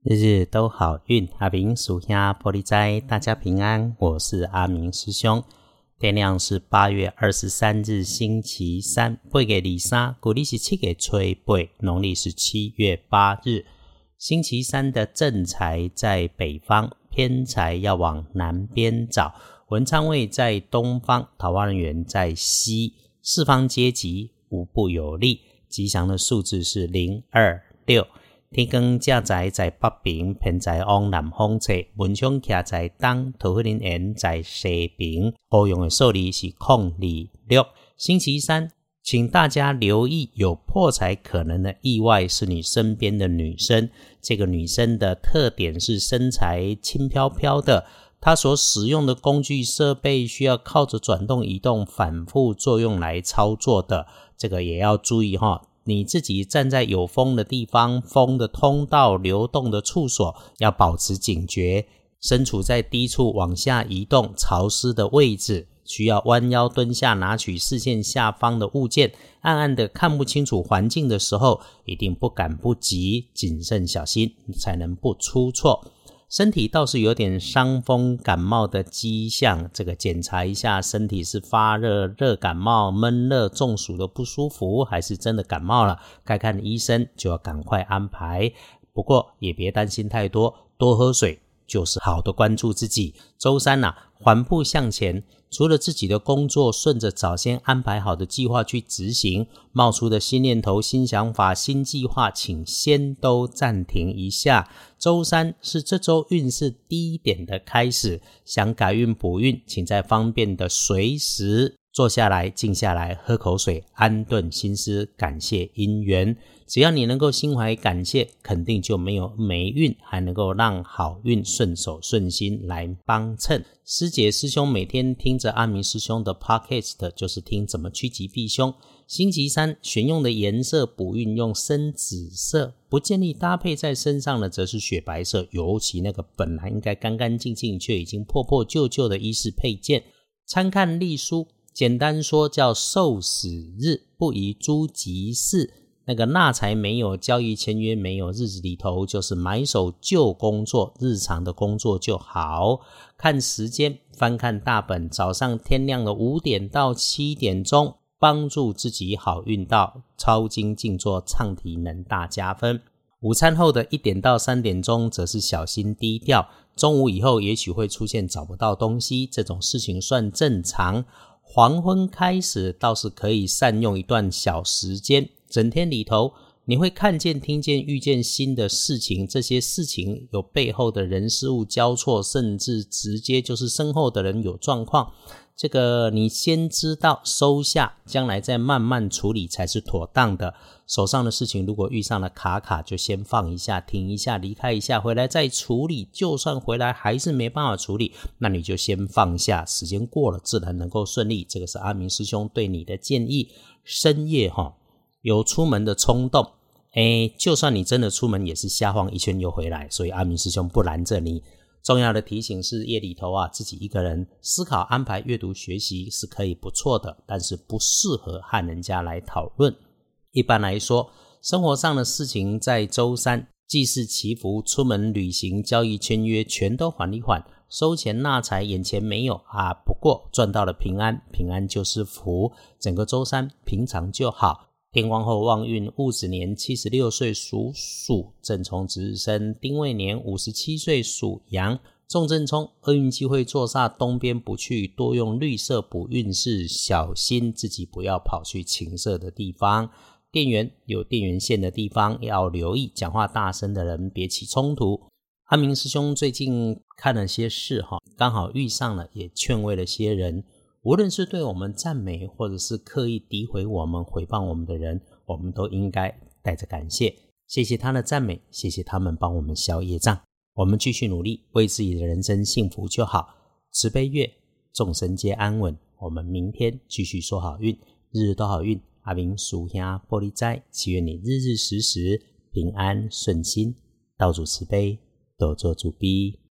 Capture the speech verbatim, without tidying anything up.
日日都好运，阿明属下玻璃斋，大家平安，我是阿明师兄。天亮是八月二十三日星期三，八月二十三，古历是七月初八，农历是七月八日。星期三的正财在北方，偏财要往南边找，文昌位在东方，桃花人缘在西，四方阶级无不有利，吉祥的数字是零二六。天光正财在北边，偏财往南方侧，文昌徛在东，桃花人缘在西边，好用的数字是零二六。星期三请大家留意有破财可能的意外是你身边的女生，这个女生的特点是身材轻飘飘的，她所使用的工具设备需要靠着转动移动反复作用来操作的，这个也要注意齁，你自己站在有风的地方，风的通道流动的处所要保持警觉，身处在低处往下移动潮湿的位置，需要弯腰蹲下拿取视线下方的物件，暗暗的看不清楚环境的时候，一定不赶不急，谨慎小心才能不出错。身体倒是有点伤风感冒的迹象，这个检查一下身体是发热、热感冒、闷热、中暑的不舒服，还是真的感冒了，该看医生就要赶快安排。不过也别担心太多，多喝水就是好的关注自己。周三啊，缓步向前，除了自己的工作顺着早先安排好的计划去执行，冒出的新念头、新想法、新计划，请先都暂停一下。周三是这周运势低点的开始，想改运补运，请在方便的随时坐下来，静下来，喝口水，安顿心思，感谢因缘。只要你能够心怀感谢，肯定就没有霉运，还能够让好运顺手顺心来帮衬。师姐师兄每天听着阿明师兄的 podcast， 就是听怎么趋吉避凶。星期三选用的颜色补运用深紫色，不建议搭配在身上的则是雪白色，尤其那个本来应该干干净净却已经破破旧旧的衣饰配件。参看历书，简单说叫受死日，不宜诸吉事。那个纳财没有，交易签约没有，日子里头就是埋首旧工作，日常的工作就好。看时间，翻看大本，早上天亮的五点到七点钟，帮助自己好运到，抄经静坐唱题能大加分。午餐后的一点到三点钟则是小心低调，中午以后也许会出现找不到东西，这种事情算正常。黄昏开始倒是可以善用一段小时间，整天里头你会看见、听见、遇见新的事情，这些事情有背后的人事物交错，甚至直接就是身后的人有状况，这个你先知道收下，将来再慢慢处理才是妥当的。手上的事情如果遇上了卡卡，就先放一下，停一下，离开一下，回来再处理。就算回来还是没办法处理，那你就先放下，时间过了自然能够顺利。这个是阿明师兄对你的建议。深夜齁，有出门的冲动，诶，就算你真的出门也是瞎晃一圈又回来，所以阿明师兄不拦着你。重要的提醒是，夜里头啊，自己一个人思考、安排、阅读、学习是可以不错的，但是不适合和人家来讨论。一般来说，生活上的事情在周三，祭祀祈福、出门旅行、交易签约，全都缓一缓，收钱纳财，眼前没有啊，不过赚到了平安，平安就是福，整个周三平常就好。天光后旺运戊子年七十六岁属鼠，正冲值日生丁未年五十七岁属羊，重正冲，厄运机会坐煞东边不去，多用绿色补运势，小心自己不要跑去情色的地方。电源有电源线的地方要留意，讲话大声的人别起冲突。阿明师兄最近看了些事，刚好遇上了，也劝慰了些人。无论是对我们赞美，或者是刻意诋毁我们、诽谤我们的人，我们都应该带着感谢，谢谢他的赞美，谢谢他们帮我们消业障。我们继续努力，为自己的人生幸福就好。慈悲月，众生皆安稳。我们明天继续说好运，日日都好运。阿明属下玻璃斋，祈愿你日日时时平安顺心，道主慈悲，多做主逼。